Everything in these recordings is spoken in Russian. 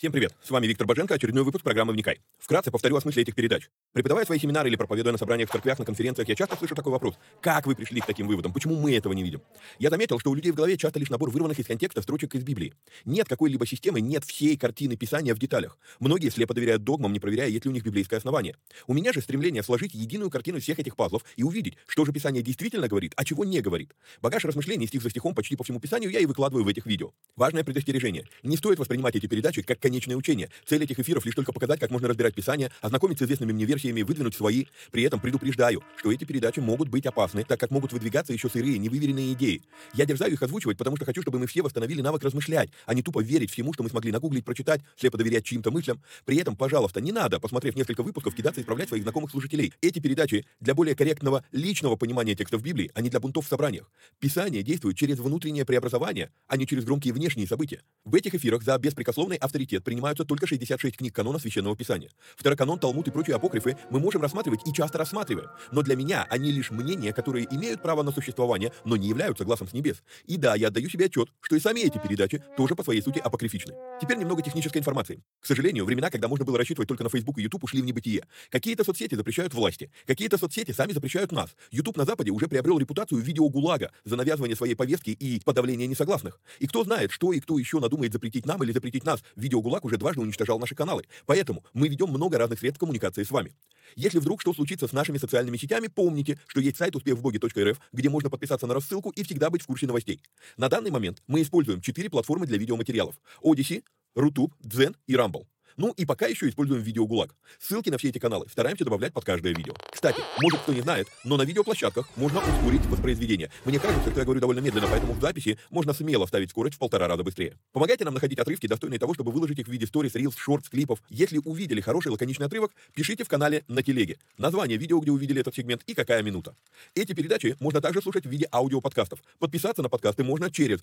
Всем привет! С вами Виктор Боженко, очередной выпуск программы «Вникай». Вкратце повторю о смысле этих передач. Преподавая свои семинары или проповедуя на собраниях в церквях, на конференциях, я часто слышу такой вопрос. Как вы пришли к таким выводам? Почему мы этого не видим? Я заметил, что у людей в голове часто лишь набор вырванных из контекста строчек из Библии. Нет какой-либо системы, нет всей картины Писания в деталях. Многие слепо доверяют догмам, не проверяя, есть ли у них библейское основание. У меня же стремление сложить единую картину всех этих пазлов и увидеть, что же Писание действительно говорит, а чего не говорит. Багаж размышлений стих за стихом почти по всему Писанию я и выкладываю в этих видео. Важное предостережение. Не стоит воспринимать эти передачи как конечное учение. Цель этих эфиров лишь только показать, как можно разбирать Писание, ознакомиться с известными мне версиями, выдвинуть свои. При этом предупреждаю, что эти передачи могут быть опасны, так как могут выдвигаться еще сырые, невыверенные идеи. Я дерзаю их озвучивать, потому что хочу, чтобы мы все восстановили навык размышлять, а не тупо верить всему, что мы смогли нагуглить, прочитать, слепо доверять чьим-то мыслям. При этом, пожалуйста, не надо, посмотрев несколько выпусков, кидаться и исправлять своих знакомых служителей. Эти передачи для более корректного личного понимания текстов Библии, а не для бунтов в собраниях. Писание действует через внутреннее преобразование, а не через громкие внешние события. В этих эфирах за беспрекословный авторитет принимаются только 66 книг канона Священного Писания. Второканон, Талмуд и прочие апокрифы мы можем рассматривать и часто рассматриваем, но для меня они лишь мнения, которые имеют право на существование, но не являются гласом с небес. И да, я отдаю себе отчет, что и сами эти передачи тоже по своей сути апокрифичны. Теперь немного технической информации. К сожалению, времена, когда можно было рассчитывать только на Facebook и YouTube, ушли в небытие. Какие-то соцсети запрещают власти, какие-то соцсети сами запрещают нас. YouTube на Западе уже приобрел репутацию видеогулага за навязывание своей повестки и подавление несогласных. И кто знает, что и кто еще надумает запретить нам или запретить нас. Видеогулаг уже дважды уничтожал наши каналы. Поэтому мы ведем много разных средств коммуникации с вами. Если вдруг что случится с нашими социальными сетями, помните, что есть сайт успехвбоге.рф, где можно подписаться на рассылку и всегда быть в курсе новостей. На данный момент мы используем 4 платформы для видеоматериалов: Odyssey, Rutube, Дзен и Rumble. Ну и пока еще используем видеогулаг. Ссылки на все эти каналы стараемся добавлять под каждое видео. Кстати, может кто не знает, но на видеоплощадках можно ускорить воспроизведение. Мне кажется, что я говорю довольно медленно, поэтому в записи можно смело ставить скорость в 1,5 раза быстрее. Помогайте нам находить отрывки, достойные того, чтобы выложить их в виде сторис, рилс, шортс, клипов. Если увидели хороший лаконичный отрывок, пишите в канале на телеге название видео, где увидели этот сегмент и какая минута. Эти передачи можно также слушать в виде аудиоподкастов. Подписаться на подкасты можно через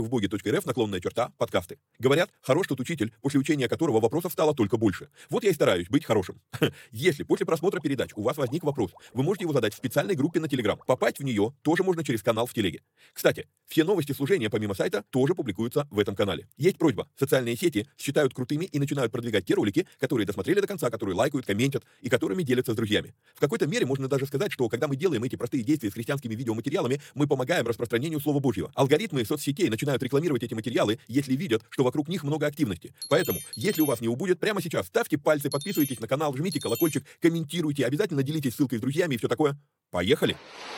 успехвбоге.рф/подкасты. Говорят, хорош тот учитель, после учения которого вопросов стало только больше. Вот я и стараюсь быть хорошим. Если после просмотра передач у вас возник вопрос, вы можете его задать в специальной группе на Telegram. Попасть в нее тоже можно через канал в телеге. Кстати, все новости служения помимо сайта тоже публикуются в этом канале. Есть просьба. Социальные сети считают крутыми и начинают продвигать те ролики, которые досмотрели до конца, которые лайкают, комментят и которыми делятся с друзьями. В какой-то мере можно даже сказать, что когда мы делаем эти простые действия с христианскими видеоматериалами, мы помогаем распространению Слова Божьего. Алгоритмы соцсетей начинают рекламировать эти материалы, если видят, что вокруг них много активности. Поэтому, если у вас не убудет, прямо сейчас ставьте пальцы, подписывайтесь на канал, жмите колокольчик, комментируйте, обязательно делитесь ссылкой с друзьями и все такое. Поехали!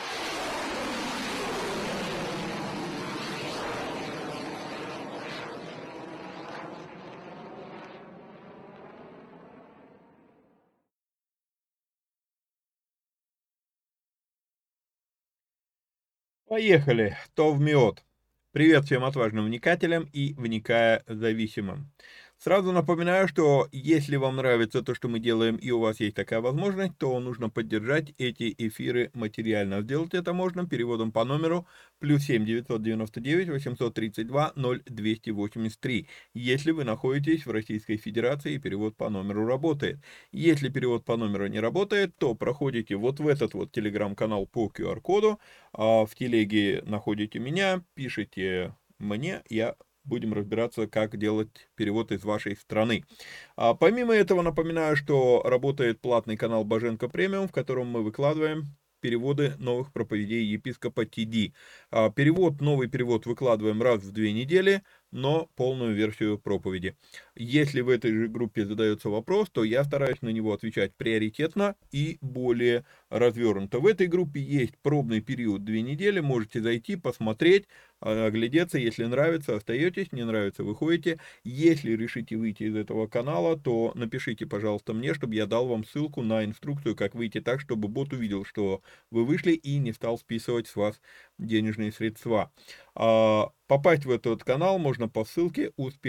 Поехали. Товмиот. Привет всем отважным вникателям и вникая зависимым. Сразу напоминаю, что если вам нравится то, что мы делаем, и у вас есть такая возможность, то нужно поддержать эти эфиры материально. Сделать это можно переводом по номеру +7 999 832 0283, если вы находитесь в Российской Федерации и перевод по номеру работает. Если перевод по номеру не работает, то проходите вот в этот вот телеграм-канал по QR-коду, в телеге находите меня, пишите мне, будем разбираться, как делать перевод из вашей страны. Помимо этого, напоминаю, что работает платный канал Боженко Премиум, в котором мы выкладываем переводы новых проповедей епископа ТД. Новый перевод выкладываем раз в 2 недели, но полную версию проповеди. Если в этой же группе задается вопрос, то я стараюсь на него отвечать приоритетно и более развернуто. В этой группе есть пробный период 2 недели, можете зайти, посмотреть, оглядеться, если нравится, остаетесь, не нравится, выходите. Если решите выйти из этого канала, то напишите, пожалуйста, мне, чтобы я дал вам ссылку на инструкцию, как выйти так, чтобы бот увидел, что вы вышли и не стал списывать с вас денежные средства. Попасть в этот канал можно по ссылке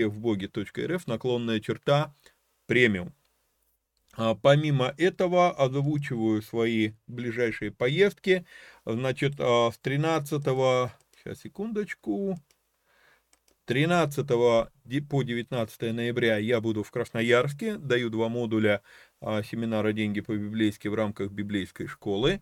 успехвбоге.рф/премиум. Помимо этого озвучиваю свои ближайшие поездки. Значит, с 13 по 19 ноября я буду в Красноярске, даю 2 модуля семинара «Деньги по-библейски» в рамках библейской школы.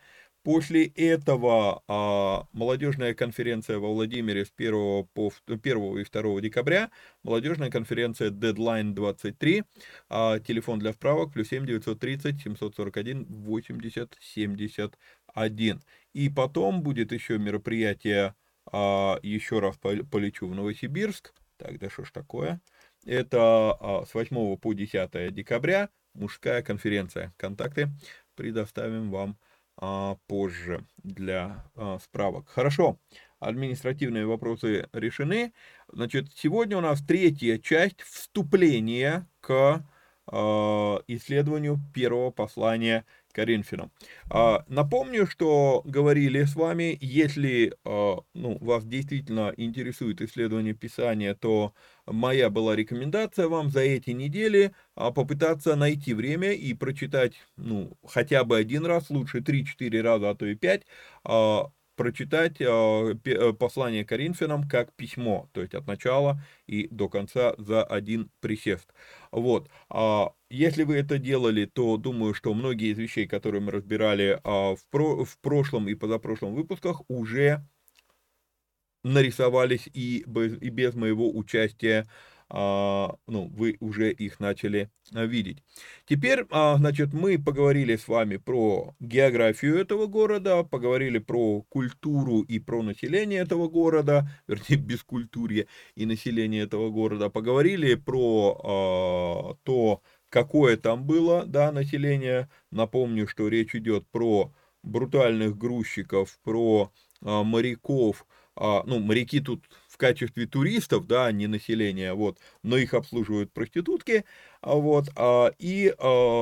После этого молодежная конференция во Владимире с 1 и 2 декабря, молодежная конференция Deadline 23, телефон для справок +7 930 741 80 71. И потом будет еще мероприятие, еще раз полечу в Новосибирск, так, да что ж такое, это с 8 по 10 декабря, мужская конференция, контакты предоставим вам позже для справок. Хорошо, административные вопросы решены. Значит, сегодня у нас третья часть вступления к исследованию первого послания Коринфянам. Напомню, что говорили с вами, если вас действительно интересует исследование Писания, то моя была рекомендация вам за эти недели попытаться найти время и прочитать, хотя бы один раз, лучше 3-4 раза, а то и 5, прочитать послание Коринфянам как письмо, то есть от начала и до конца за один присест. Вот. Если вы это делали, то думаю, что многие из вещей, которые мы разбирали в прошлом и позапрошлом выпусках, уже нарисовались и без моего участия, вы уже их начали видеть. Теперь, значит, мы поговорили с вами про географию этого города, поговорили про культуру и про население этого города, вернее, бескультурье и население этого города, поговорили про то, какое там было, да, население. Напомню, что речь идет про брутальных грузчиков, про моряков. Моряки тут в качестве туристов, да, а не населения, вот, но их обслуживают проститутки, и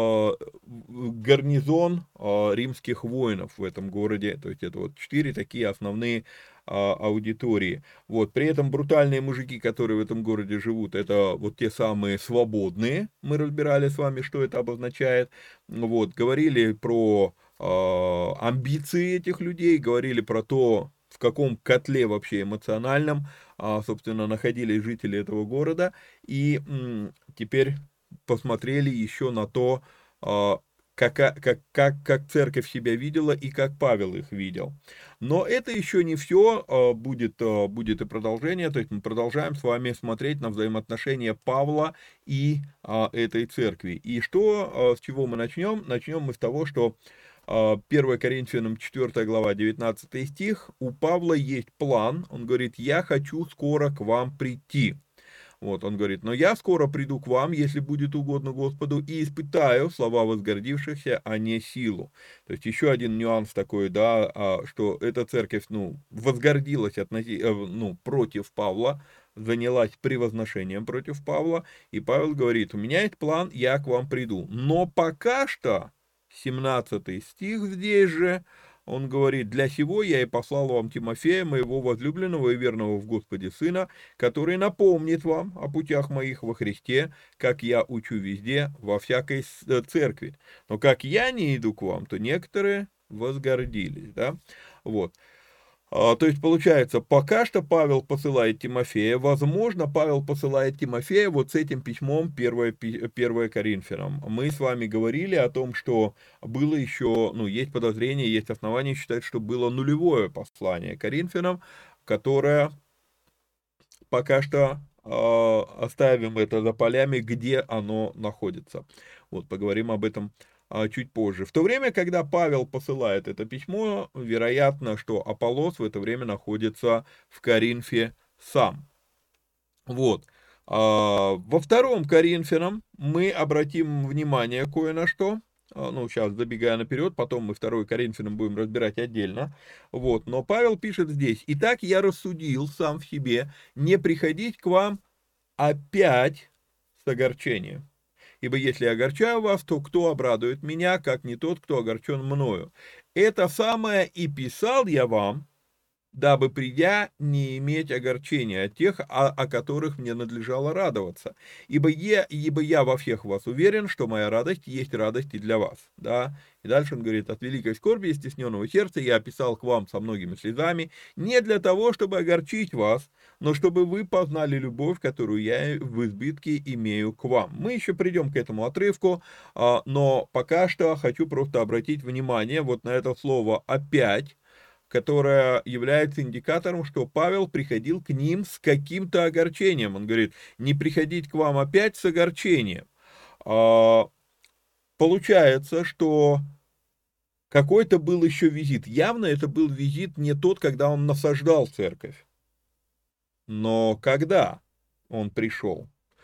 гарнизон римских воинов в этом городе, то есть это вот 4 такие основные аудитории. Вот, при этом брутальные мужики, которые в этом городе живут, это вот те самые свободные, мы разбирали с вами, что это обозначает, вот, говорили про амбиции этих людей, говорили про то, в каком котле вообще эмоциональном, собственно, находились жители этого города, и теперь посмотрели еще на то, как церковь себя видела и как Павел их видел. Но это еще не все, будет и продолжение, то есть мы продолжаем с вами смотреть на взаимоотношения Павла и этой церкви. И с чего мы начнем? Начнем мы с того, что 1 Коринфянам 4 глава 19 стих, у Павла есть план, он говорит, я хочу скоро к вам прийти. Вот, он говорит, но я скоро приду к вам, если будет угодно Господу, и испытаю слова возгордившихся, а не силу. То есть еще один нюанс такой, да, что эта церковь, возгордилась против Павла, занялась превозношением против Павла, и Павел говорит, у меня есть план, я к вам приду. Но пока что, 17 стих здесь же, он говорит, для сего я и послал вам Тимофея, моего возлюбленного и верного в Господе сына, который напомнит вам о путях моих во Христе, как я учу везде, во всякой церкви. Но как я не иду к вам, то некоторые возгордились, да, вот. То есть, получается, пока что Павел посылает Тимофея, возможно, Павел посылает Тимофея вот с этим письмом 1 Коринфянам. Мы с вами говорили о том, что было еще, есть подозрение, есть основания считать, что было нулевое послание Коринфянам, которое пока что оставим это за полями, где оно находится. Вот, поговорим об этом чуть позже. В то время, когда Павел посылает это письмо, вероятно, что Аполлос в это время находится в Коринфе сам. Вот. Во 2 Коринфянам мы обратим внимание кое на что. Сейчас забегая наперед, потом мы 2 Коринфянам будем разбирать отдельно. Вот. Но Павел пишет здесь: «Итак, я рассудил сам в себе не приходить к вам опять с огорчением. Ибо если я огорчаю вас, то кто обрадует меня, как не тот, кто огорчен мною? Это самое и писал я вам, дабы придя не иметь огорчения от тех, о которых мне надлежало радоваться. Ибо я во всех вас уверен, что моя радость есть радость и для вас. Да? И дальше он говорит, от великой скорби и стесненного сердца я описал к вам со многими слезами, не для того, чтобы огорчить вас, но чтобы вы познали любовь, которую я в избытке имею к вам. Мы еще придем к этому отрывку, но пока что хочу просто обратить внимание вот на это слово «опять», которая является индикатором, что Павел приходил к ним с каким-то огорчением. Он говорит, не приходить к вам опять с огорчением. Получается, что какой-то был еще визит. Явно это был визит не тот, когда он насаждал церковь, но когда он пришел.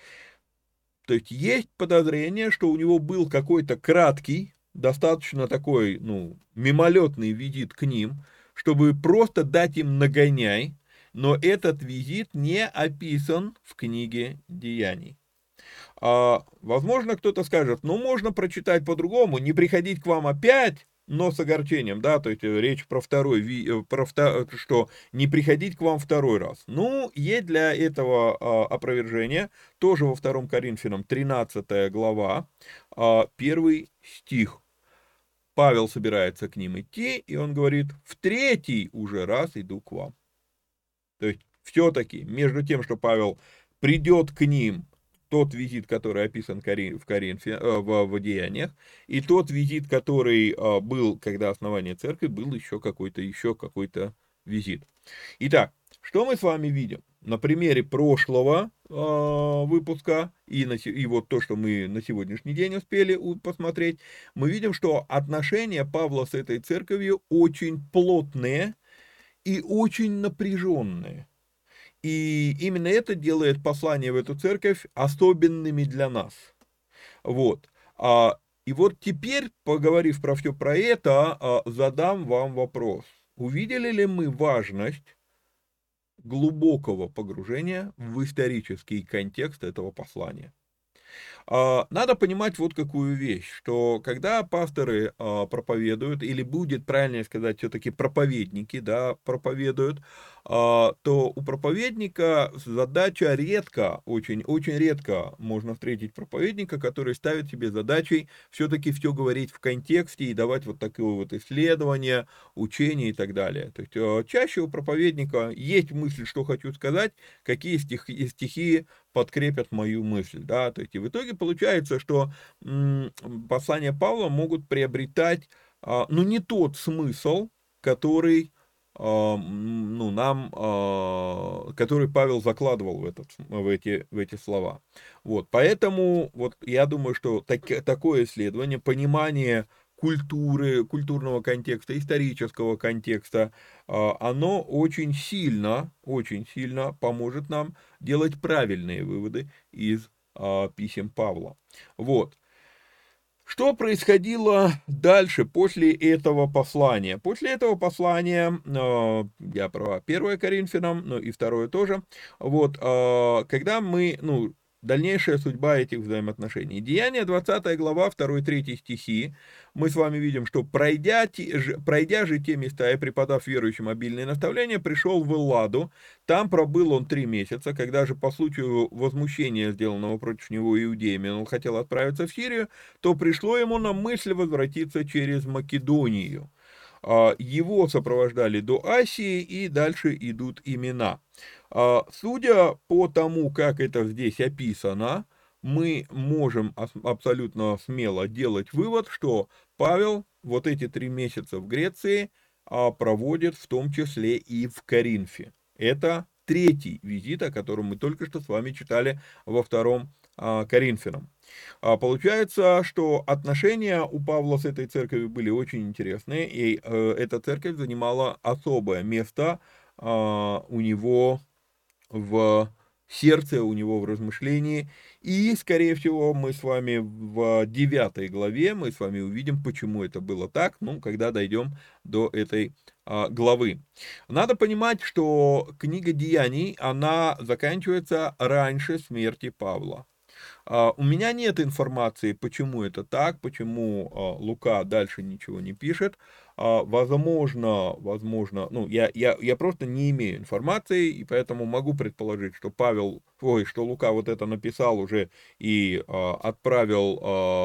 То есть подозрение, что у него был какой-то краткий, достаточно такой, мимолетный визит к ним, чтобы просто дать им нагоняй, но этот визит не описан в книге Деяний. Возможно, кто-то скажет, можно прочитать по-другому, не приходить к вам опять, но с огорчением, да, то есть речь про что не приходить к вам второй раз. Есть для этого опровержение, тоже во 2 Коринфянам 13 глава, 1 стих. Павел собирается к ним идти, и он говорит, в 3-й уже раз иду к вам. То есть все-таки между тем, что Павел придет к ним, тот визит, который описан в Деяниях, и тот визит, который был, когда основание церкви, был еще какой-то визит. Итак, что мы с вами видим? На примере прошлого выпуска и вот то, что мы на сегодняшний день успели посмотреть, мы видим, что отношения Павла с этой церковью очень плотные и очень напряженные. И именно это делает послание в эту церковь особенными для нас. Вот. И вот теперь, поговорив про все про это, задам вам вопрос. Увидели ли мы важность глубокого погружения в исторический контекст этого послания? Надо понимать вот какую вещь, что когда пасторы проповедуют, или будет правильнее сказать, все-таки проповедники, да, проповедуют, то у проповедника задача очень редко можно встретить проповедника, который ставит себе задачей все-таки все говорить в контексте и давать вот такое вот исследование, учение и так далее. То есть чаще у проповедника есть мысль, что хочу сказать, какие стихи подкрепят мою мысль, да, то есть и в итоге получается, что послания Павла могут приобретать, не тот смысл, который который Павел закладывал в эти слова. Вот, поэтому вот я думаю, что такое исследование, понимание культурного контекста, исторического контекста, оно очень сильно поможет нам делать правильные выводы из писем Павла. Вот. Что происходило дальше, после этого послания? После этого послания, я про 1 Коринфянам, и 2 тоже, вот, когда дальнейшая судьба этих взаимоотношений. Деяния, 20 глава, 2-3 стихи, мы с вами видим, что пройдя же те места и преподав верующим обильные наставления, пришел в Элладу, там пробыл он 3 месяца, когда же по случаю возмущения, сделанного против него иудеями, он хотел отправиться в Сирию, то пришло ему на мысль возвратиться через Македонию. Его сопровождали до Асии, и дальше идут имена. Судя по тому, как это здесь описано, мы можем абсолютно смело делать вывод, что Павел вот эти 3 месяца в Греции проводит в том числе и в Коринфе. Это 3-й визит, о котором мы только что с вами читали во 2 Коринфянам. Получается, что отношения у Павла с этой церковью были очень интересные, и эта церковь занимала особое место у него в сердце, у него в размышлении. И, скорее всего, мы с вами в 9 главе, мы с вами увидим, почему это было так, когда дойдем до этой главы. Надо понимать, что книга Деяний, она заканчивается раньше смерти Павла. У меня нет информации, почему это так, почему Лука дальше ничего не пишет, возможно, ну, я просто не имею информации, и поэтому могу предположить, что что Лука вот это написал уже и отправил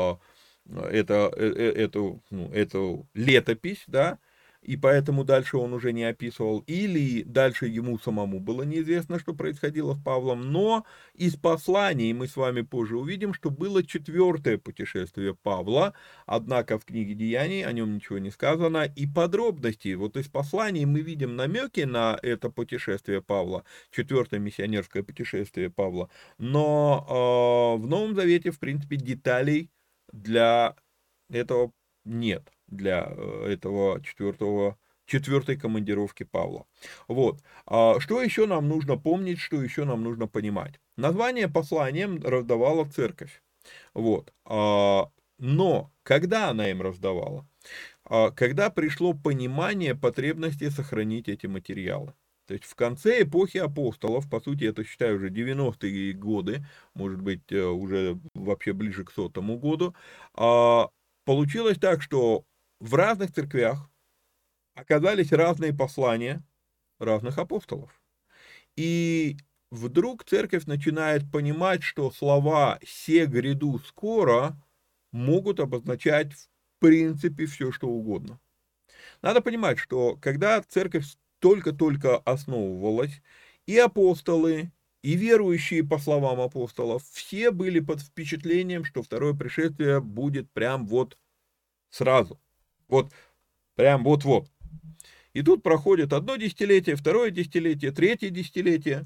эту летопись, да, и поэтому дальше он уже не описывал, или дальше ему самому было неизвестно, что происходило с Павлом, но из посланий мы с вами позже увидим, что было четвертое путешествие Павла, однако в книге Деяний о нем ничего не сказано, и подробности, вот из посланий мы видим намеки на это путешествие Павла, четвертое миссионерское путешествие Павла, но в Новом Завете, в принципе, деталей для этого нет, для этого четвертой командировки Павла. Вот. Что еще нам нужно помнить, что еще нам нужно понимать? Название посланием раздавала церковь. Вот. Но когда она им раздавала? Когда пришло понимание потребности сохранить эти материалы. То есть в конце эпохи апостолов, по сути, это, считаю, уже 90-е годы, может быть, уже вообще ближе к 100-му году, получилось так, что в разных церквях оказались разные послания разных апостолов. И вдруг церковь начинает понимать, что слова «се гряду скоро» могут обозначать в принципе все, что угодно. Надо понимать, что когда церковь только-только основывалась, и апостолы, и верующие, по словам апостолов, все были под впечатлением, что второе пришествие будет прям вот сразу. Вот, прям вот-вот. И тут проходит одно десятилетие, второе десятилетие, третье десятилетие,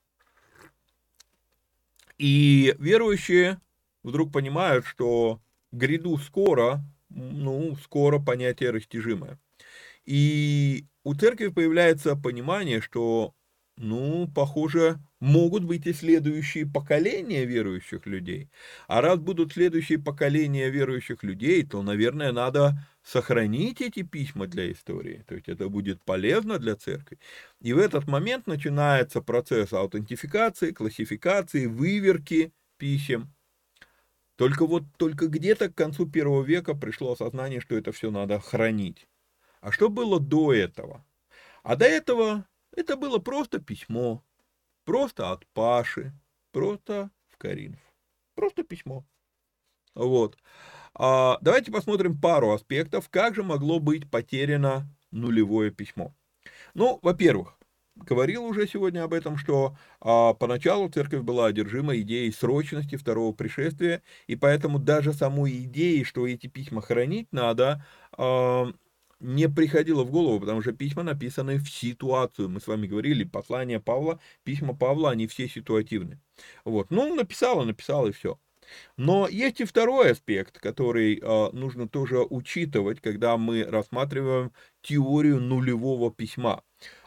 и верующие вдруг понимают, что гряду скоро, ну, скоро понятие растяжимое. И у церкви появляется понимание, что, ну, похоже, могут быть и следующие поколения верующих людей. А раз будут следующие поколения верующих людей, то, наверное, надо сохранить эти письма для истории. То есть это будет полезно для церкви. И в этот момент начинается процесс аутентификации, классификации, выверки писем. Только где-то к концу первого века пришло осознание, что это все надо хранить. А что было до этого? А до этого это было просто письмо, просто от Паши, просто в Коринф. Просто письмо. Вот. Давайте посмотрим пару аспектов, как же могло быть потеряно нулевое письмо. Ну, во-первых, говорил уже сегодня об этом, что поначалу церковь была одержима идеей срочности второго пришествия, и поэтому даже самой идеей, что эти письма хранить надо, не приходило в голову, потому что письма написаны в ситуацию. Мы с вами говорили, послания Павла, письма Павла, они все ситуативны. Вот. Ну, написал и все. Но есть и второй аспект, который нужно тоже учитывать, когда мы рассматриваем теорию нулевого письма.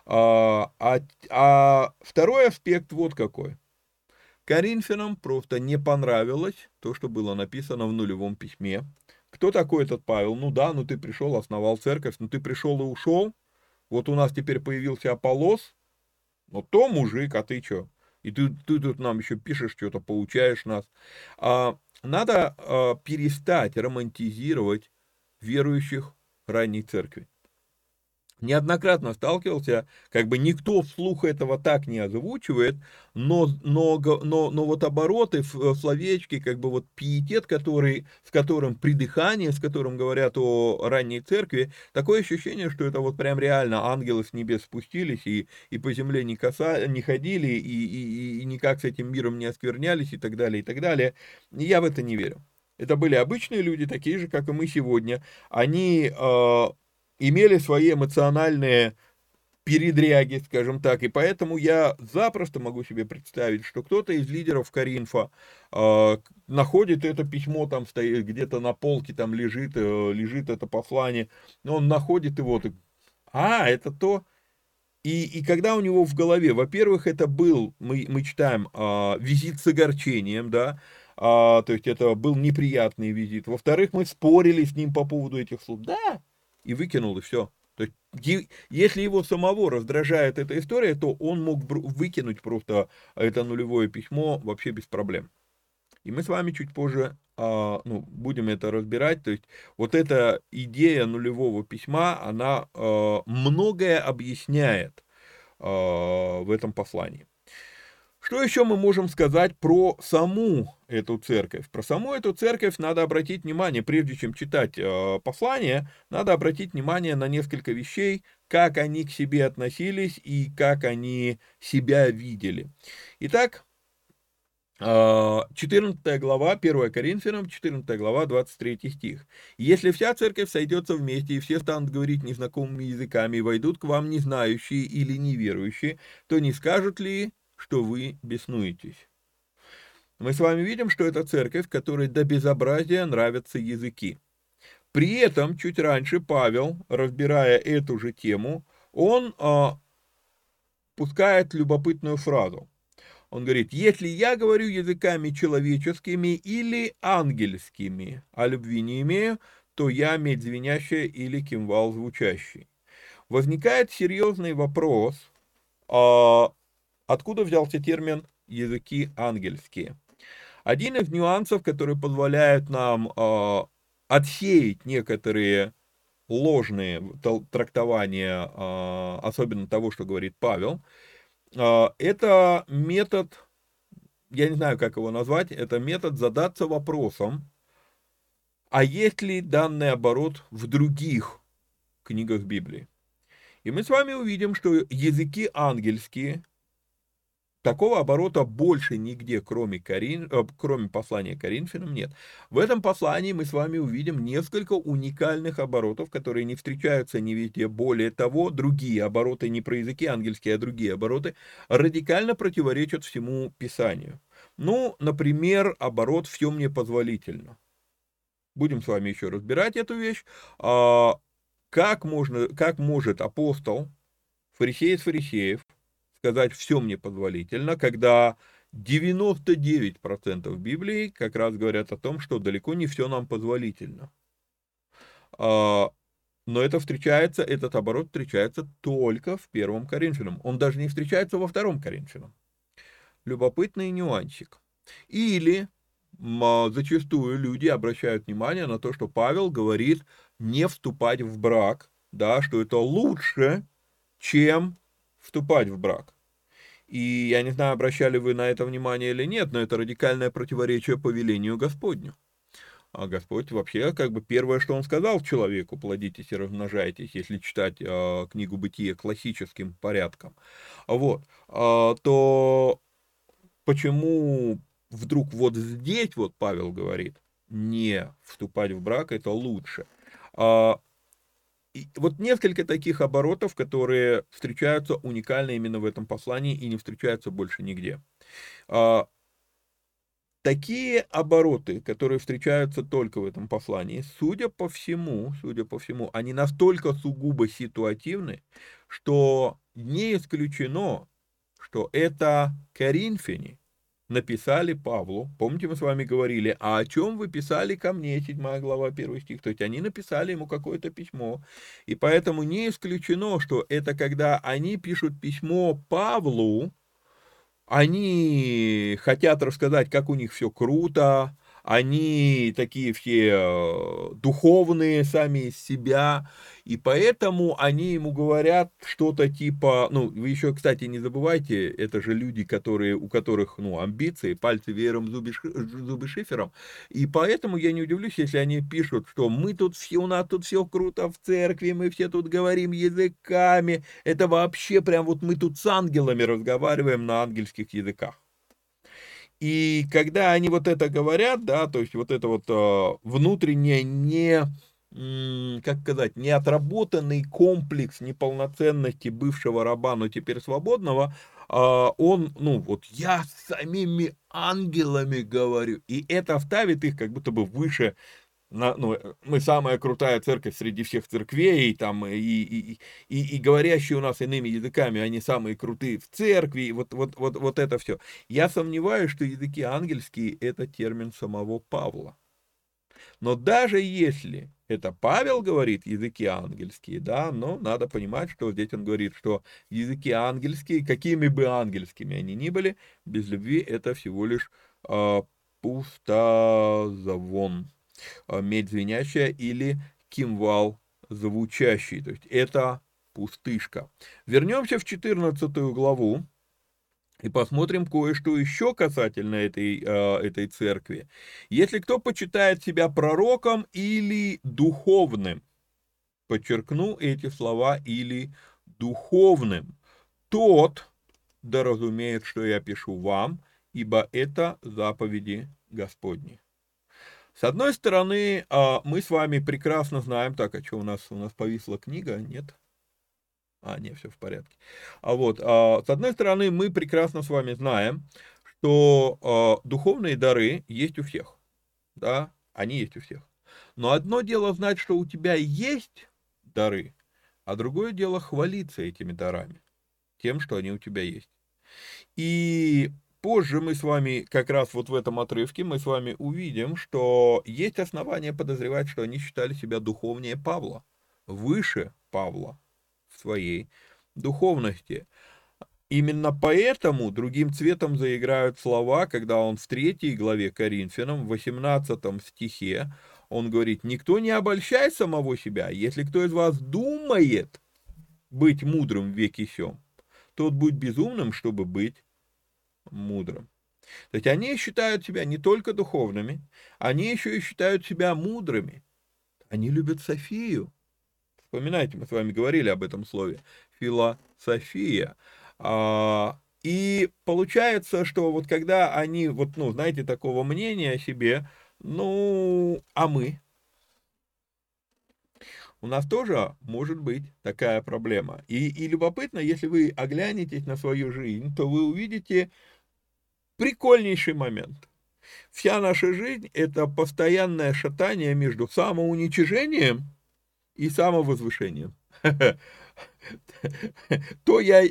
Второй аспект вот какой. Коринфянам просто не понравилось то, что было написано в нулевом письме. Кто такой этот Павел? Ну да, ну ты пришел, основал церковь, ну ты пришел и ушел. Вот у нас теперь появился Аполлос, ну то мужик, а ты что? И ты тут нам еще пишешь что-то, поучаешь нас. Надо перестать романтизировать верующих ранней церкви. Неоднократно сталкивался, как бы никто вслух этого так не озвучивает, но вот обороты, словечки, как бы вот пиетет, с которым придыхание, с которым говорят о ранней церкви, такое ощущение, что это вот прям реально ангелы с небес спустились и по земле не ходили, и никак с этим миром не осквернялись, и так далее, и так далее. Я в это не верю. Это были обычные люди, такие же, как и мы сегодня. Они имели свои эмоциональные передряги, скажем так, и поэтому я запросто могу себе представить, что кто-то из лидеров Коринфа находит это письмо, там стоит где-то на полке, там лежит это послание, он находит его, это то, и когда у него в голове, во-первых, это был, мы читаем, визит с огорчением, да, то есть это был неприятный визит, во-вторых, мы спорили с ним по поводу этих слов, да, и выкинул, и все. То есть, если его самого раздражает эта история, то он мог выкинуть просто это нулевое письмо вообще без проблем. И мы с вами чуть позже будем это разбирать. То есть вот эта идея нулевого письма, она многое объясняет в этом послании. Что еще мы можем сказать про саму эту церковь? Про саму эту церковь надо обратить внимание, прежде чем читать послание, надо обратить внимание на несколько вещей, как они к себе относились и как они себя видели. Итак, 14 глава, 1 Коринфянам, 14 глава, 23 стих. «Если вся церковь сойдется вместе, и все станут говорить незнакомыми языками, и войдут к вам незнающие или неверующие, то не скажут ли, что вы беснуетесь?» Мы с вами видим, что это церковь, которой до безобразия нравятся языки. При этом, чуть раньше Павел, разбирая эту же тему, он пускает любопытную фразу. Он говорит: «Если я говорю языками человеческими или ангельскими, а любви не имею, то я медь звенящая или кимвал звучащий». Возникает серьезный вопрос, откуда взялся термин «языки ангельские». Один из нюансов, который позволяет нам отсеять некоторые ложные трактования, особенно того, что говорит Павел, это метод, я не знаю, как его назвать, это метод задаться вопросом, а есть ли данный оборот в других книгах Библии. И мы с вами увидим, что языки ангельские, такого оборота больше нигде, кроме послания Коринфянам, нет. В этом послании мы с вами увидим несколько уникальных оборотов, которые не встречаются не везде. Более того, другие обороты, не про языки ангельские, а другие обороты, радикально противоречат всему Писанию. Ну, например, оборот «все мне позволительно». Будем с вами еще разбирать эту вещь. Как может апостол, фарисей из фарисеев, сказать «все мне позволительно», когда 99% Библии как раз говорят о том, что далеко не все нам позволительно. Но этот оборот встречается только в 1 Коринфянам. Он даже не встречается во 2 Коринфянам. Любопытный нюансик. Или зачастую люди обращают внимание на то, что Павел говорит не вступать в брак, да, что это лучше, чем вступать в брак. И я не знаю, обращали вы на это внимание или нет, но это радикальное противоречие повелению Господню. А Господь вообще, как бы первое, что Он сказал человеку: плодитесь и размножайтесь, если читать книгу Бытия классическим порядком. Вот, то почему вдруг вот здесь вот Павел говорит, не вступать в брак это лучше? И вот несколько таких оборотов, которые встречаются уникально именно в этом послании и не встречаются больше нигде. Такие обороты, которые встречаются только в этом послании, судя по всему, они настолько сугубо ситуативны, что не исключено, что это коринфяне написали Павлу. Помните, мы с вами говорили, а о чем вы писали ко мне, 7 глава, 1 стих. То есть они написали ему какое-то письмо. И поэтому не исключено, что это когда они пишут письмо Павлу, они хотят рассказать, как у них все круто, они такие все духовные сами из себя, и поэтому они ему говорят что-то типа, ну, вы еще, кстати, не забывайте, это же люди, у которых, ну, амбиции, пальцы веером, зубы шифером, и поэтому я не удивлюсь, если они пишут, что у нас тут все круто в церкви, мы все тут говорим языками, это вообще прям вот мы тут с ангелами разговариваем на ангельских языках. И когда они вот это говорят, да, то есть вот это вот внутреннее как сказать, неотработанный комплекс неполноценности бывшего раба, но теперь свободного, он, ну вот я с самими ангелами говорю, и это ставит их как будто бы выше. Мы самая крутая церковь среди всех церквей, там, и говорящие у нас иными языками, они самые крутые в церкви, вот это все. Я сомневаюсь, что языки ангельские – это термин самого Павла. Но даже если это Павел говорит языки ангельские, да, но надо понимать, что здесь он говорит, что языки ангельские, какими бы ангельскими они ни были, без любви это всего лишь пустозавон, медь звенящая или кимвал звучащий, то есть это пустышка. Вернемся в 14 главу и посмотрим кое-что еще касательно этой церкви. Если кто почитает себя пророком или духовным, подчеркну эти слова, или духовным, тот да разумеет, что я пишу вам, ибо это заповеди Господни. С одной стороны, мы с вами прекрасно знаем, так, а что у нас повисла книга, нет? Нет, все в порядке. С одной стороны, мы прекрасно с вами знаем, что духовные дары есть у всех, да, они есть у всех. Но одно дело знать, что у тебя есть дары, а другое дело хвалиться этими дарами, тем, что они у тебя есть. И позже мы с вами, как раз вот в этом отрывке, мы с вами увидим, что есть основания подозревать, что они считали себя духовнее Павла, выше Павла в своей духовности. Именно поэтому другим цветом заиграют слова, когда он в 3 главе Коринфянам, в 18 стихе, он говорит: «Никто не обольщай самого себя, если кто из вас думает быть мудрым в веке сём, тот будь безумным, чтобы быть мудрым». То есть они считают себя не только духовными, они еще и считают себя мудрыми. Они любят Софию. Вспоминайте, мы с вами говорили об этом слове. Философия. И получается, что вот когда они, знаете, такого мнения о себе, а мы? У нас тоже может быть такая проблема. И любопытно, если вы оглянетесь на свою жизнь, то вы увидите прикольнейший момент. Вся наша жизнь – это постоянное шатание между самоуничижением и самовозвышением. То я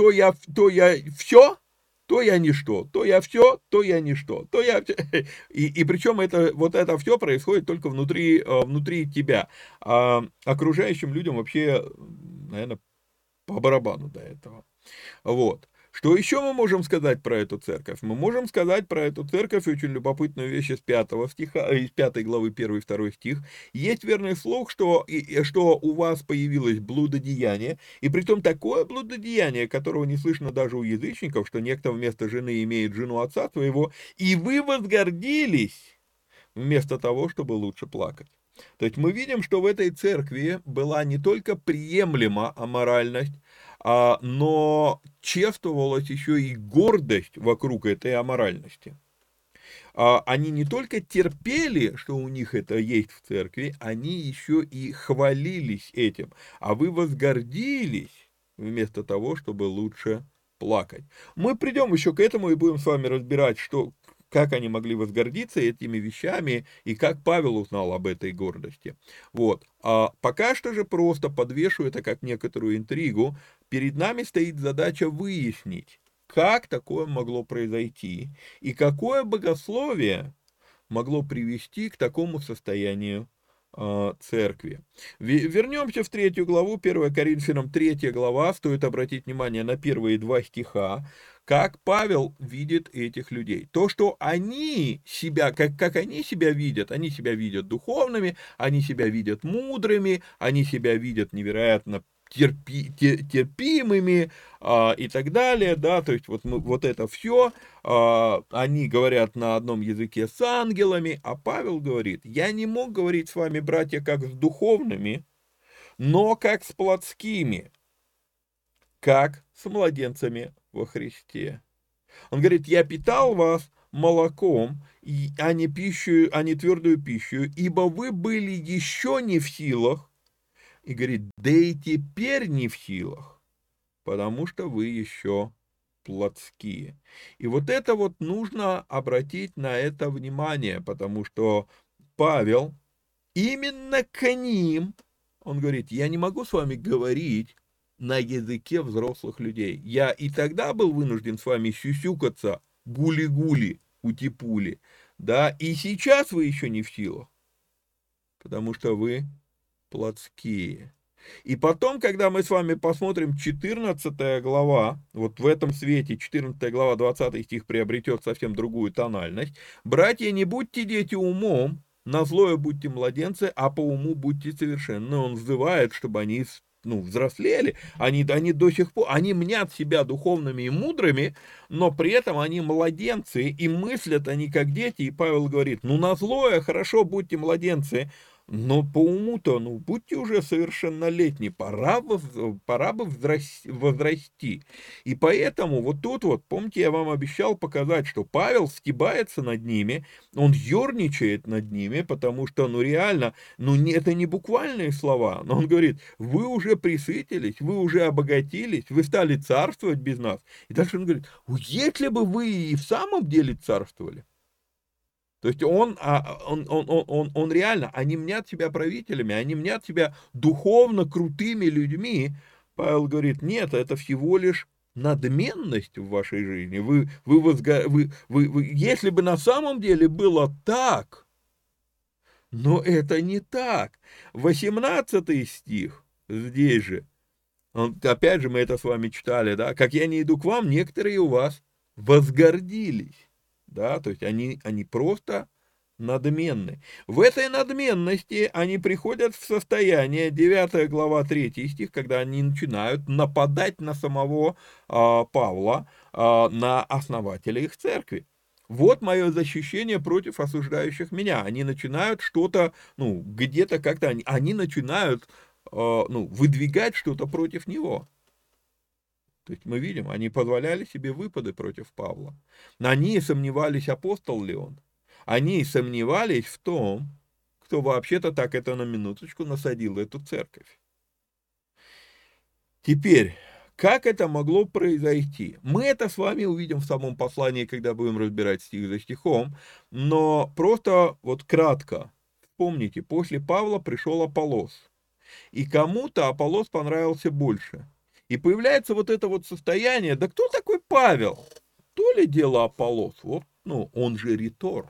все, то я ничто, то я все, то я ничто, то я... И причем это все происходит только внутри тебя. А окружающим людям вообще, наверное, по барабану до этого. Что еще мы можем сказать про эту церковь? Мы можем сказать про эту церковь очень любопытную вещь из 5 главы 1-2 стих. Есть верный слух, что у вас появилось блудодеяние, и притом такое блудодеяние, которого не слышно даже у язычников, что некто вместо жены имеет жену отца своего, и вы возгордились вместо того, чтобы лучше плакать. То есть мы видим, что в этой церкви была не только приемлема аморальность, но чувствовалась еще и гордость вокруг этой аморальности. Они не только терпели, что у них это есть в церкви, они еще и хвалились этим. А вы возгордились вместо того, чтобы лучше плакать. Мы придем еще к этому и будем с вами разбирать, как они могли возгордиться этими вещами и как Павел узнал об этой гордости. А пока что же просто подвешу это как некоторую интригу. Перед нами стоит задача выяснить, как такое могло произойти и какое богословие могло привести к такому состоянию церкви. Вернемся в 3 главу, 1 Коринфянам 3 глава, стоит обратить внимание на первые 2 стиха, как Павел видит этих людей. То, что они себя, как они себя видят духовными, они себя видят мудрыми, они себя видят невероятно терпимыми и так далее, да, то есть вот это все, они говорят на одном языке с ангелами, а Павел говорит: я не мог говорить с вами, братья, как с духовными, но как с плотскими, как с младенцами во Христе. Он говорит: я питал вас молоком, а не твердую пищу, ибо вы были еще не в силах, и говорит: да и теперь не в силах, потому что вы еще плотские. И это нужно обратить на это внимание, потому что Павел именно к ним, он говорит: я не могу с вами говорить на языке взрослых людей. Я и тогда был вынужден с вами сюсюкаться, гули-гули, ути-пули, да, и сейчас вы еще не в силах, потому что вы плотские. И потом, когда мы с вами посмотрим 14 глава, вот в этом свете 14 глава 20 стих приобретет совсем другую тональность. «Братья, не будьте дети умом, на злое будьте младенцы, а по уму будьте совершенны». Он взывает, чтобы они взрослели, они до сих пор, они мнят себя духовными и мудрыми, но при этом они младенцы, и мыслят они как дети, и Павел говорит, на злое, хорошо, будьте младенцы, но по уму-то, будьте уже совершеннолетние, пора бы возрасти. И поэтому вот тут вот, помните, я вам обещал показать, что Павел стебается над ними, он ерничает над ними, потому что, реально, это не буквальные слова, но он говорит, вы уже присытились, вы уже обогатились, вы стали царствовать без нас. И дальше он говорит, если бы вы и в самом деле царствовали. То есть он реально, они мнят себя правителями, они мнят себя духовно крутыми людьми. Павел говорит, нет, это всего лишь надменность в вашей жизни. Если бы на самом деле было так, но это не так. 18 стих здесь же, опять же мы это с вами читали, да, как я не иду к вам, некоторые у вас возгордились. Да, то есть они просто надменны. В этой надменности они приходят в состояние, 9 глава 3 стих, когда они начинают нападать на самого Павла, на основателя их церкви. Вот мое защищение против осуждающих меня. Они начинают что-то, где-то как-то, они начинают, выдвигать что-то против него. То есть мы видим, они позволяли себе выпады против Павла. Они сомневались, апостол ли он. Они сомневались в том, кто вообще-то так это на минуточку насадил эту церковь. Теперь, как это могло произойти? Мы это с вами увидим в самом послании, когда будем разбирать стих за стихом, но просто вот кратко. Вспомните, после Павла пришел Аполлос. И кому-то Аполлос понравился больше. И появляется вот это вот состояние, да кто такой Павел? То ли дело Аполлос, вот, он же ритор,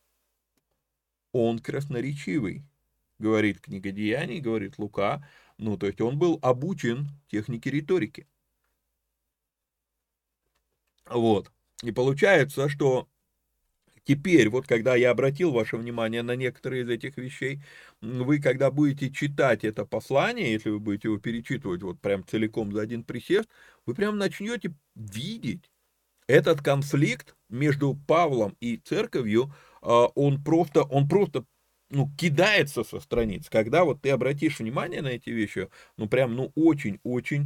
он красноречивый, говорит книга Деяний, говорит Лука, то есть он был обучен технике риторики. Вот, и получается, что теперь, вот когда я обратил ваше внимание на некоторые из этих вещей, вы, когда будете читать это послание, если вы будете его перечитывать вот прям целиком за один присест, вы прям начнете видеть этот конфликт между Павлом и церковью, он просто кидается со страниц. Когда вот ты обратишь внимание на эти вещи, очень-очень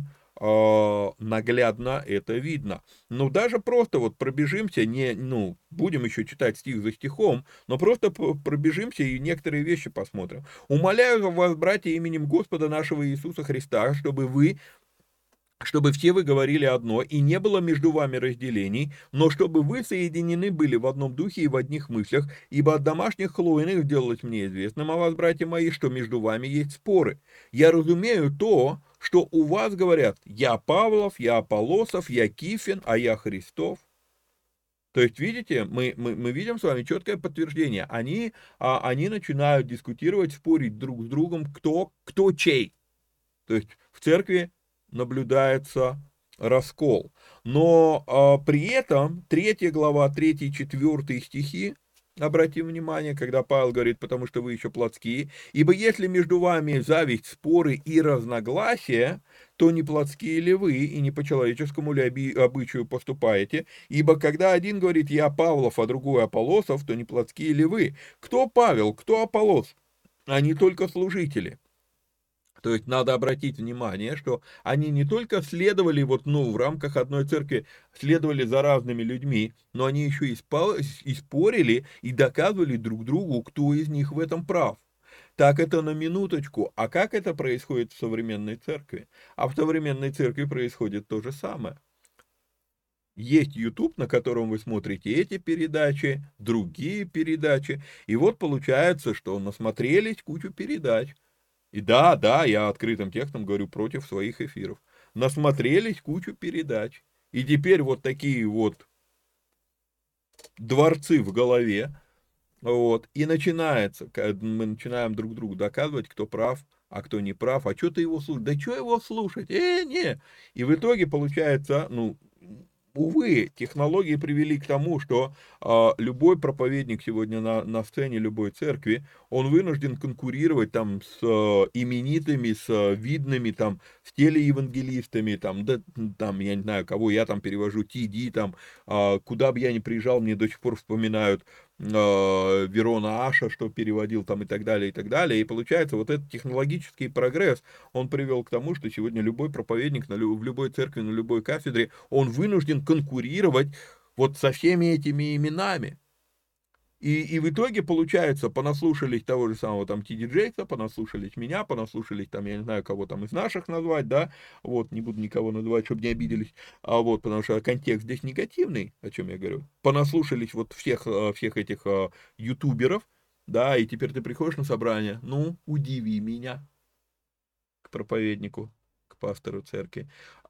наглядно это видно. Даже просто вот пробежимся, будем еще читать стих за стихом, но просто пробежимся и некоторые вещи посмотрим. «Умоляю вас, братья, именем Господа нашего Иисуса Христа, чтобы все вы говорили одно, и не было между вами разделений, но чтобы вы соединены были в одном духе и в одних мыслях, ибо от домашних хлоиных делалось мне известным о вас, братья мои, что между вами есть споры. Я разумею то, что у вас говорят, я Павлов, я Аполлосов, я Кифин, а я Христов». То есть, видите, мы видим с вами четкое подтверждение. Они начинают дискутировать, спорить друг с другом, кто чей. То есть, в церкви наблюдается раскол. Но при этом 3 глава, 3-4 стихи, обратим внимание, когда Павел говорит, потому что вы еще плотские, ибо если между вами зависть, споры и разногласия, то не плотские ли вы, и не по человеческому ли обычаю поступаете, ибо когда один говорит, я Павлов, а другой Аполлосов, то не плотские ли вы. Кто Павел, кто Аполлос? Они только служители. То есть надо обратить внимание, что они не только следовали в рамках одной церкви, следовали за разными людьми, но они еще и спорили и доказывали друг другу, кто из них в этом прав. Так это на минуточку. А как это происходит в современной церкви? А в современной церкви происходит то же самое. Есть YouTube, на котором вы смотрите эти передачи, другие передачи, и вот получается, что насмотрелись кучу передач. И да, я открытым текстом говорю против своих эфиров. Насмотрелись кучу передач. И теперь вот такие вот дворцы в голове. Вот. И начинается, мы начинаем друг другу доказывать, кто прав, а кто не прав, а что ты его слушаешь? Да что его слушать? Не. И в итоге получается, ну, увы, технологии привели к тому, что любой проповедник сегодня на сцене любой церкви, он вынужден конкурировать там с именитыми, с видными, там, с телеевангелистами, там, да, там, я не знаю, кого я там перевожу, TD, там, куда бы я ни приезжал, мне до сих пор вспоминают Верона Аша, что переводил там и так далее, и так далее. И получается, вот этот технологический прогресс, он привел к тому, что сегодня любой проповедник в любой церкви, на любой кафедре, он вынужден конкурировать вот со всеми этими именами. И в итоге, получается, понаслушались того же самого там Ти Ди Джейкса, понаслушались меня, понаслушались там, я не знаю, кого там из наших назвать, да, вот, не буду никого называть, чтобы не обиделись, вот, потому что контекст здесь негативный, о чем я говорю, понаслушались вот всех этих ютуберов, да, и теперь ты приходишь на собрание, ну, удиви меня, к проповеднику, к пастору церкви,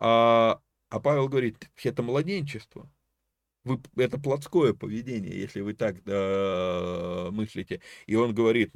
а Павел говорит, это младенчество. Это плотское поведение, если вы так мыслите. И он говорит,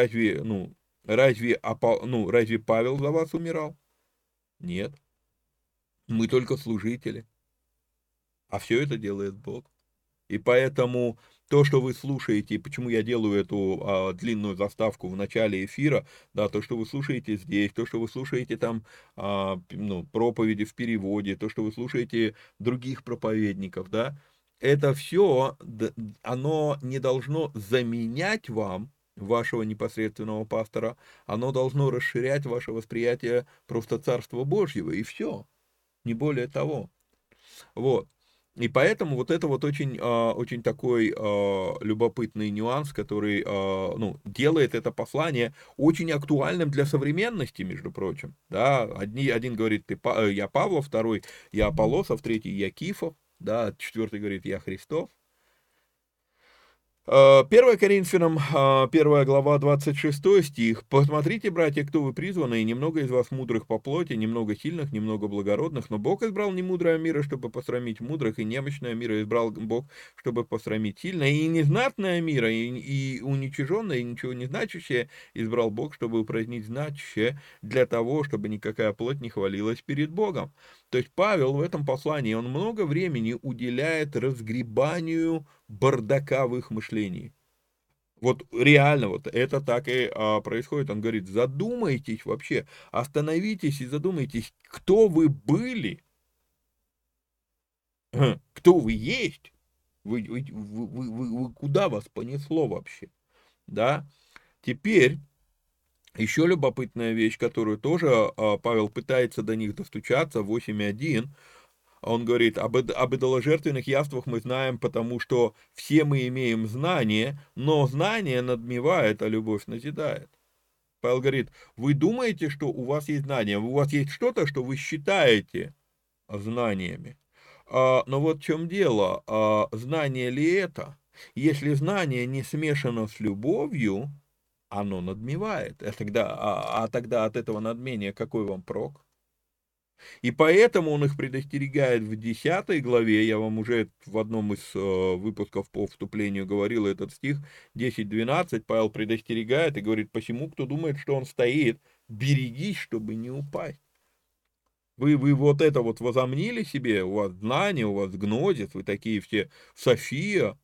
разве Павел за вас умирал? Нет. Мы только служители. А все это делает Бог. И поэтому то, что вы слушаете, почему я делаю эту длинную заставку в начале эфира, да, то, что вы слушаете здесь, то, что вы слушаете там, проповеди в переводе, то, что вы слушаете других проповедников, да, это все, оно не должно заменять вам вашего непосредственного пастора, оно должно расширять ваше восприятие просто Царства Божьего, и все, не более того. Вот. И поэтому вот это вот очень такой любопытный нюанс, который делает это послание очень актуальным для современности, между прочим. Да? Один говорит, я Павлов, второй я Аполлосов, третий я Кифов, да? Четвертый говорит, я Христов. 1 Коринфянам, 1 глава, 26 стих. «Посмотрите, братья, кто вы призваны, и немного из вас мудрых по плоти, немного сильных, немного благородных, но Бог избрал не мудрое мира, чтобы посрамить мудрых, и немощное мира избрал Бог, чтобы посрамить сильное, и незнатное мира, и уничиженное, и ничего не значащее избрал Бог, чтобы упразднить значащее, для того, чтобы никакая плоть не хвалилась перед Богом». То есть Павел в этом послании, он много времени уделяет разгребанию бардака в их мышлении. Вот реально, вот это так и происходит. Он говорит, задумайтесь вообще, остановитесь и задумайтесь, кто вы были, кто вы есть, вы куда вас понесло вообще, да? Теперь еще любопытная вещь, которую тоже Павел пытается до них достучаться, 8.1, он говорит, об идоложертвенных яствах мы знаем, потому что все мы имеем знание, но знание надмевает, а любовь назидает. Павел говорит, вы думаете, что у вас есть знание, у вас есть что-то, что вы считаете знаниями. Но вот в чем дело, знание ли это? Если знание не смешано с любовью, оно надмевает. Тогда от этого надмения какой вам прок? И поэтому он их предостерегает в 10 главе, я вам уже в одном из выпусков по вступлению говорил этот стих, 10-12, Павел предостерегает и говорит, посему, кто думает, что он стоит, берегись, чтобы не упасть. Вы вот это вот возомнили себе, у вас знание, у вас гнозис, вы такие все София,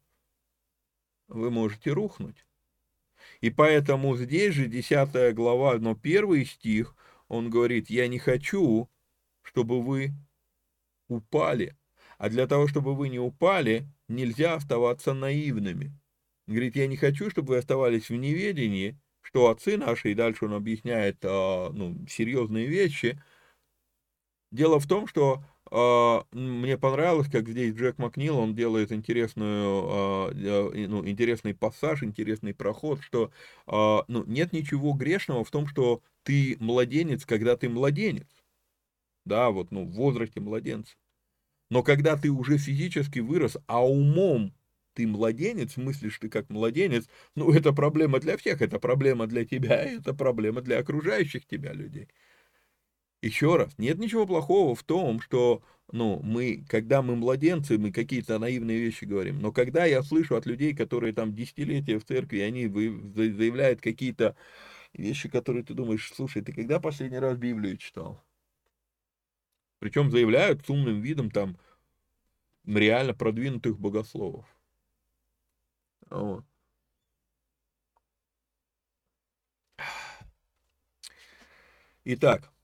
вы можете рухнуть. И поэтому здесь же 10 глава, но 1 стих, он говорит, я не хочу, чтобы вы упали. А для того, чтобы вы не упали, нельзя оставаться наивными. Он говорит, я не хочу, чтобы вы оставались в неведении, что отцы наши, и дальше он объясняет серьезные вещи. Дело в том, что мне понравилось, как здесь Джек Макнил, он делает интересный пассаж, интересный проход, что нет ничего грешного в том, что ты младенец, когда ты младенец. Да, в возрасте младенца. Но когда ты уже физически вырос, а умом ты младенец, мыслишь ты как младенец, это проблема для всех, это проблема для тебя, это проблема для окружающих тебя людей. Еще раз, нет ничего плохого в том, что, когда мы младенцы, мы какие-то наивные вещи говорим, но когда я слышу от людей, которые там десятилетия в церкви, они заявляют какие-то Вещи, которые ты думаешь, слушай, ты когда последний раз Библию читал? Причем заявляют с умным видом там реально продвинутых богословов. Вот. Итак,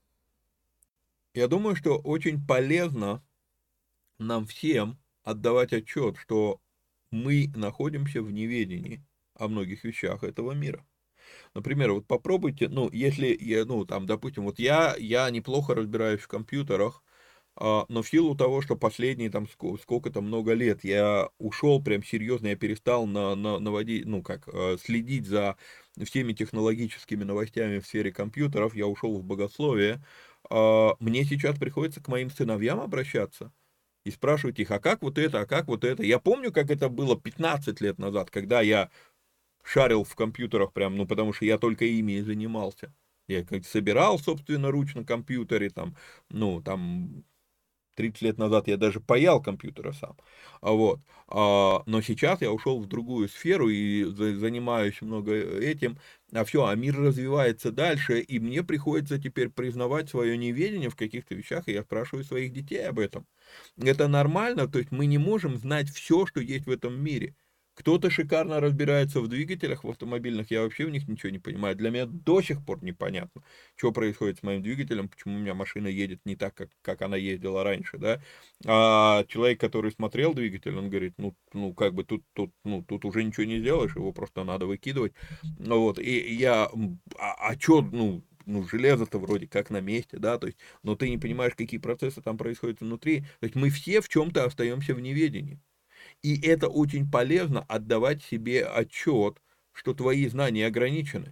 я думаю, что очень полезно нам всем отдавать отчет, что мы находимся в неведении о многих вещах этого мира. Например, вот попробуйте, ну, если, ну, там, допустим, вот я неплохо разбираюсь в компьютерах, но в силу того, что последние там сколько-то много лет я ушел прям серьезно, я перестал наводить, ну, как, следить за всеми технологическими новостями в сфере компьютеров, я ушел в богословие, мне сейчас приходится к моим сыновьям обращаться и спрашивать их, а как вот это, а как вот это. Я помню, как это было 15 лет назад, когда я шарил в компьютерах прям, ну, потому что я только ими и занимался. Я как собирал собственноручно компьютере, там, ну, там, 30 лет назад я даже паял компьютеры сам. Вот. Но сейчас я ушел в другую сферу и занимаюсь много этим. А мир развивается дальше, и мне приходится теперь признавать свое неведение в каких-то вещах, и я спрашиваю своих детей об этом. Это нормально, то есть мы не можем знать все, что есть в этом мире. Кто-то шикарно разбирается в двигателях, в автомобильных, я вообще в них ничего не понимаю. Для меня до сих пор непонятно, что происходит с моим двигателем, почему у меня машина едет не так, как она ездила раньше, да. А человек, который смотрел двигатель, он говорит, ну как бы тут уже ничего не сделаешь, его просто надо выкидывать. Ну вот, и я, что, железо-то вроде как на месте, да, то есть, но ты не понимаешь, какие процессы там происходят внутри. То есть мы все в чем-то остаемся в неведении. И это очень полезно отдавать себе отчет, что твои знания ограничены.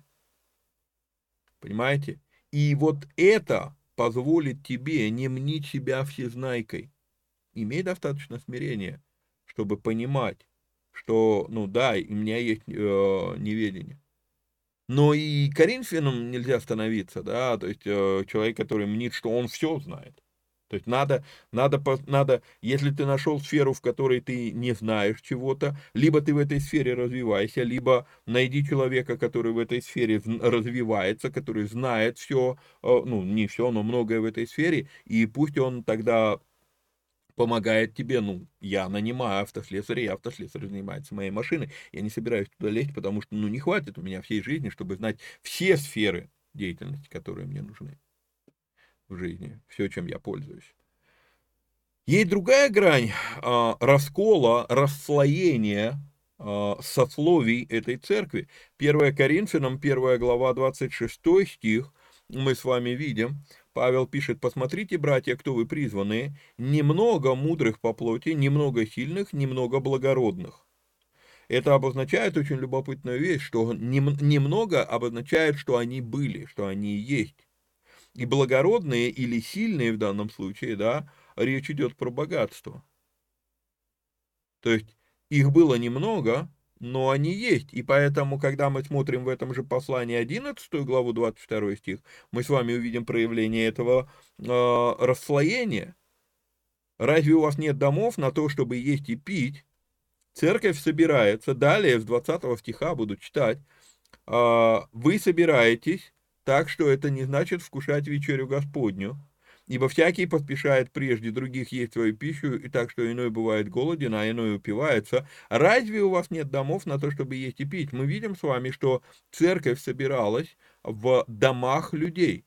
Понимаете? И вот это позволит тебе не мнить себя всезнайкой. Имей достаточно смирения, чтобы понимать, что, ну да, у меня есть неведение. Но и Коринфянам нельзя становиться, да, то есть человек, который мнит, что он все знает. То есть надо, если ты нашел сферу, в которой ты не знаешь чего-то, либо ты в этой сфере развивайся, либо найди человека, который в этой сфере развивается, который знает все, ну, не все, но многое в этой сфере, и пусть он тогда помогает тебе, ну, я нанимаю автослесаря, и автослесарь занимается моей машиной, я не собираюсь туда лезть, потому что, ну, не хватит у меня всей жизни, чтобы знать все сферы деятельности, которые мне нужны в жизни, все, чем я пользуюсь. Есть другая грань раскола, расслоения сословий этой церкви. 1 Коринфянам, 1 глава, 26 стих, мы с вами видим, Павел пишет, посмотрите, братья, кто вы призванные, немного мудрых по плоти, немного сильных, немного благородных. Это обозначает очень любопытную вещь, что немного обозначает, что они были, что они есть. И благородные или сильные в данном случае, да, речь идет про богатство. То есть их было немного, но они есть. И поэтому, когда мы смотрим в этом же послании 11 главу 22 стих, мы с вами увидим проявление этого расслоения. Разве у вас нет домов на то, чтобы есть и пить? Церковь собирается, далее с 20 стиха буду читать, вы собираетесь, так что это не значит вкушать вечерю Господню, ибо всякий поспешает прежде других есть свою пищу, и так что иной бывает голоден, а иной упивается. Разве у вас нет домов на то, чтобы есть и пить? Мы видим с вами, что церковь собиралась в домах людей.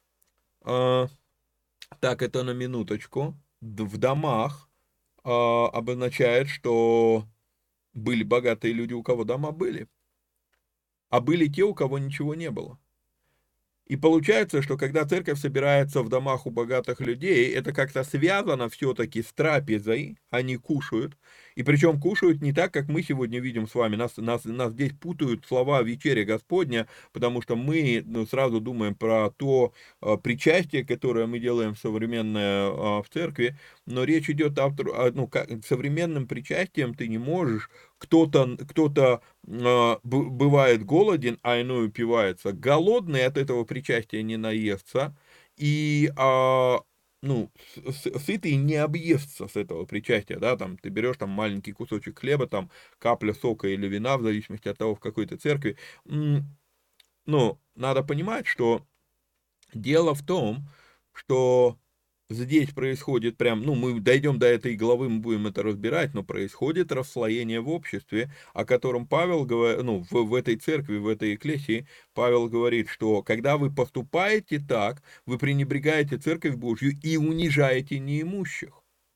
Так, это на минуточку. В домах обозначает, что были богатые люди, у кого дома были, а были те, у кого ничего не было. И получается, что когда церковь собирается в домах у богатых людей, это как-то связано все-таки с трапезой, они кушают, и причем кушают не так, как мы сегодня видим с вами, нас здесь путают слова «вечеря Господня», потому что мы сразу думаем про то причастие, которое мы делаем современное в церкви, но речь идет о, современным причастием ты не можешь, кто-то бывает голоден, а иной упивается. Голодный от этого причастия не наестся, и сытый не объестся с этого причастия, да, там ты берешь там маленький кусочек хлеба, там капля сока или вина, в зависимости от того, в какой то церкви, ну, надо понимать, что дело в том, что здесь происходит прям, ну, мы дойдем до этой главы, мы будем это разбирать, но происходит расслоение в обществе, о котором Павел говорит, ну, в этой церкви, в этой экклесии, Павел говорит, что когда вы поступаете так, вы пренебрегаете церковь Божью и унижаете неимущих.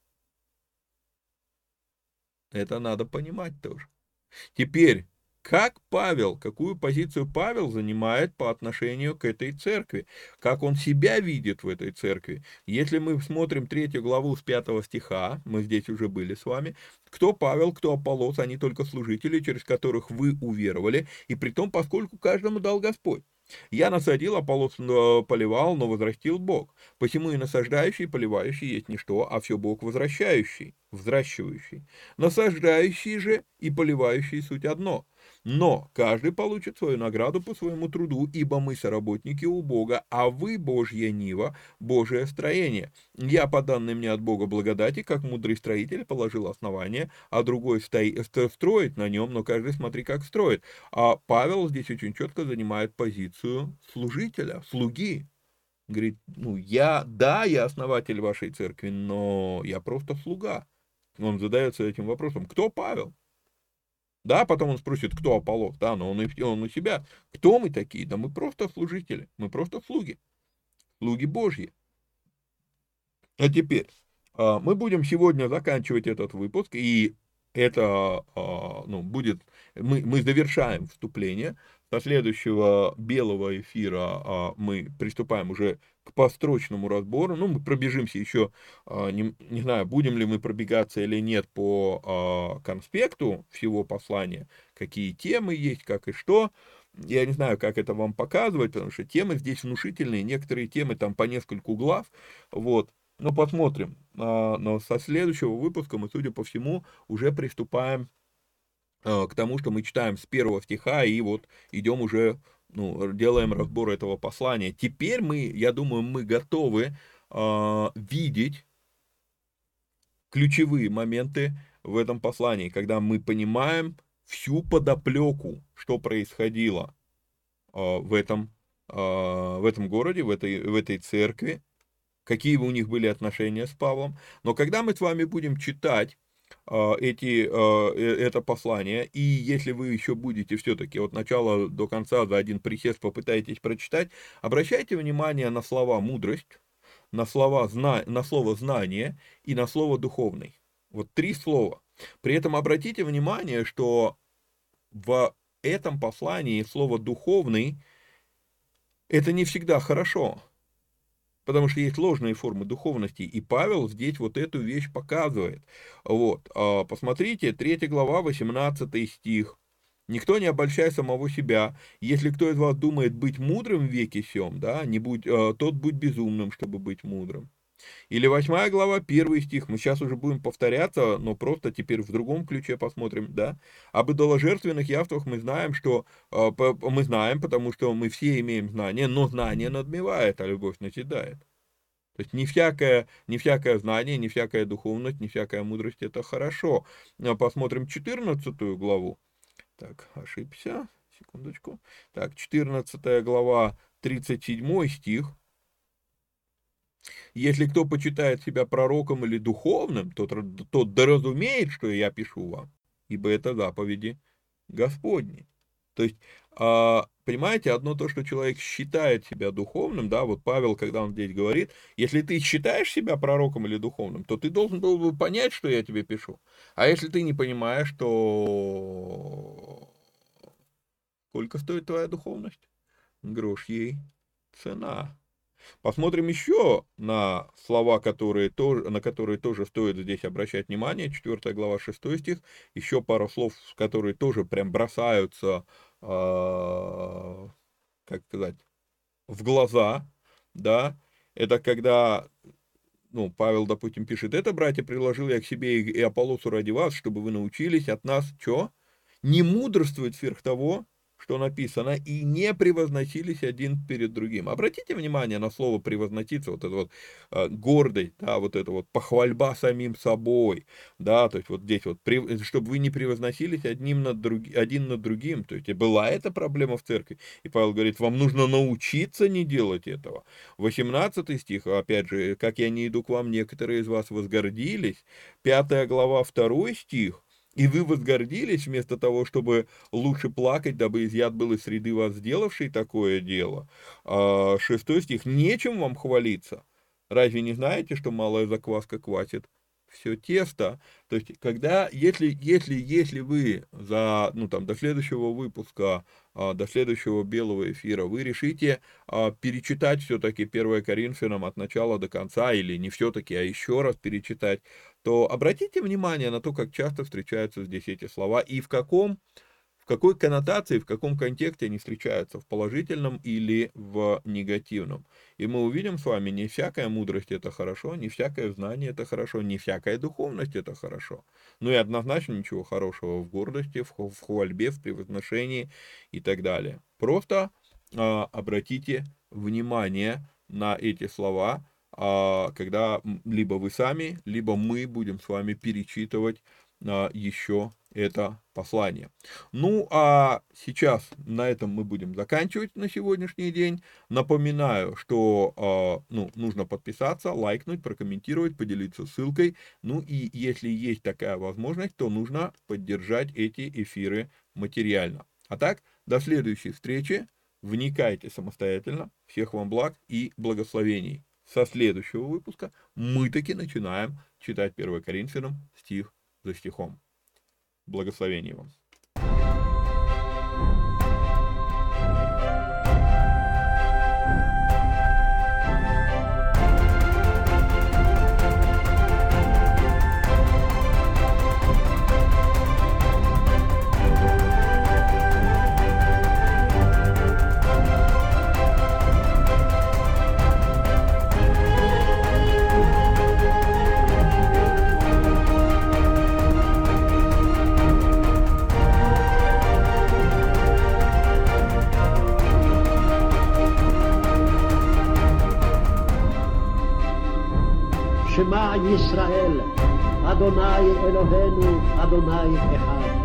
Это надо понимать тоже. Теперь, как Павел, какую позицию Павел занимает по отношению к этой церкви, как он себя видит в этой церкви. Если мы смотрим 3 главу с 5 стиха, мы здесь уже были с вами, кто Павел, кто Аполлос, они только служители, через которых вы уверовали, и при том, поскольку каждому дал Господь. Я насадил, Аполлос поливал, но возрастил Бог. Посему и насаждающий, и поливающий есть не что, а все Бог возвращающий, взращивающий. Насаждающий же и поливающий суть одно. Но каждый получит свою награду по своему труду, ибо мы соработники у Бога, а вы Божья нива, Божие строение. Я, по данной мне от Бога благодати, как мудрый строитель, положил основание, а другой строит на нем, но каждый смотри, как строит. А Павел здесь очень четко занимает позицию служителя, слуги. Говорит, ну, я основатель вашей церкви, но я просто слуга. Он задается этим вопросом, кто Павел? Да, потом он спросит, кто Аполлос, да, но он у себя. Кто мы такие? Да мы просто служители, мы просто слуги, слуги Божьи. А теперь мы будем сегодня заканчивать этот выпуск, и это ну, будет, мы завершаем вступление. Со следующего белого эфира мы приступаем уже к построчному разбору. Ну, мы пробежимся еще, не знаю, будем ли мы пробегаться или нет по конспекту всего послания, какие темы есть, как и что. Я не знаю, как это вам показывать, потому что темы здесь внушительные, некоторые темы там по нескольку глав, вот. Но посмотрим. Но со следующего выпуска мы, судя по всему, уже приступаем к тому, что мы читаем с 1 стиха и вот идем уже, ну, делаем разбор этого послания. Теперь я думаю, мы готовы видеть ключевые моменты в этом послании, когда мы понимаем всю подоплеку, что происходило в этом городе, в этой церкви, какие у них были отношения с Павлом. Но когда мы с вами будем читать это послание, и если вы еще будете все-таки от начала до конца за один присест попытаетесь прочитать, обращайте внимание на слова «мудрость», на слово «знание» и на слово «духовный». Вот 3 слова. При этом обратите внимание, что в этом послании слово «духовный» это не всегда хорошо. Потому что есть ложные формы духовности, и Павел здесь вот эту вещь показывает. Вот, посмотрите, 3 глава, 18 стих. «Никто не обольщай самого себя. Если кто из вас думает быть мудрым в веке сем, да, тот будь безумным, чтобы быть мудрым». Или 8 глава, 1 стих. Мы сейчас уже будем повторяться, но просто теперь в другом ключе посмотрим, да. Об идоложертвенных явствах мы знаем, потому что мы все имеем знание, но знание надмевает, а любовь наседает. То есть не всякое знание, не всякая духовность, не всякая мудрость это хорошо. Посмотрим 14 главу. Так, ошибся, секундочку. Так, 14 глава, 37 стих. Если кто почитает себя пророком или духовным, тот доразумеет, что я пишу вам, ибо это заповеди Господни. То есть, понимаете, одно то, что человек считает себя духовным, да, вот Павел, когда он здесь говорит, если ты считаешь себя пророком или духовным, то ты должен был бы понять, что я тебе пишу. А если ты не понимаешь, то сколько стоит твоя духовность? Грош ей цена. Посмотрим еще на слова, на которые тоже стоит здесь обращать внимание. 4 глава, 6 стих. Еще пару слов, которые тоже прям бросаются, как сказать, в глаза, да. Это когда, ну, Павел, допустим, пишет, это, братья, приложил я к себе и Аполлосу ради вас, чтобы вы научились от нас, что? Не мудрствовать сверх того, что написано, и не превозносились один перед другим. Обратите внимание на слово превозноситься, вот это вот гордость, да, вот это вот похвальба самим собой, да, то есть вот здесь вот, чтобы вы не превозносились один над другим, то есть и была эта проблема в церкви, и Павел говорит, вам нужно научиться не делать этого. 18 стих, опять же, как я не иду к вам, некоторые из вас возгордились, 5 глава, 2 стих, и вы возгордились вместо того, чтобы лучше плакать, дабы изъят был из среды вас, сделавший такое дело. 6 стих, нечем вам хвалиться. Разве не знаете, что малая закваска квасит все тесто? То есть, если вы до следующего выпуска, до следующего белого эфира, вы решите перечитать все-таки 1 Коринфянам от начала до конца, или не все-таки, а еще раз перечитать, то обратите внимание на то, как часто встречаются здесь эти слова, и в какой коннотации, в каком контексте они встречаются, в положительном или в негативном. И мы увидим с вами, не всякая мудрость это хорошо, не всякое знание это хорошо, не всякая духовность это хорошо. Ну и однозначно ничего хорошего в гордости, в хвальбе, в превозношении и так далее. Просто обратите внимание на эти слова, когда либо вы сами, либо мы будем с вами перечитывать еще это послание. Ну, а сейчас на этом мы будем заканчивать на сегодняшний день. Напоминаю, что нужно подписаться, лайкнуть, прокомментировать, поделиться ссылкой. Ну и если есть такая возможность, то нужно поддержать эти эфиры материально. А так, до следующей встречи. Вникайте самостоятельно. Всех вам благ и благословений. Со следующего выпуска мы таки начинаем читать 1 Коринфянам стих за стихом. Благословений вам. שמע ישראל, אדוני אלוהינו, אדוני אחד.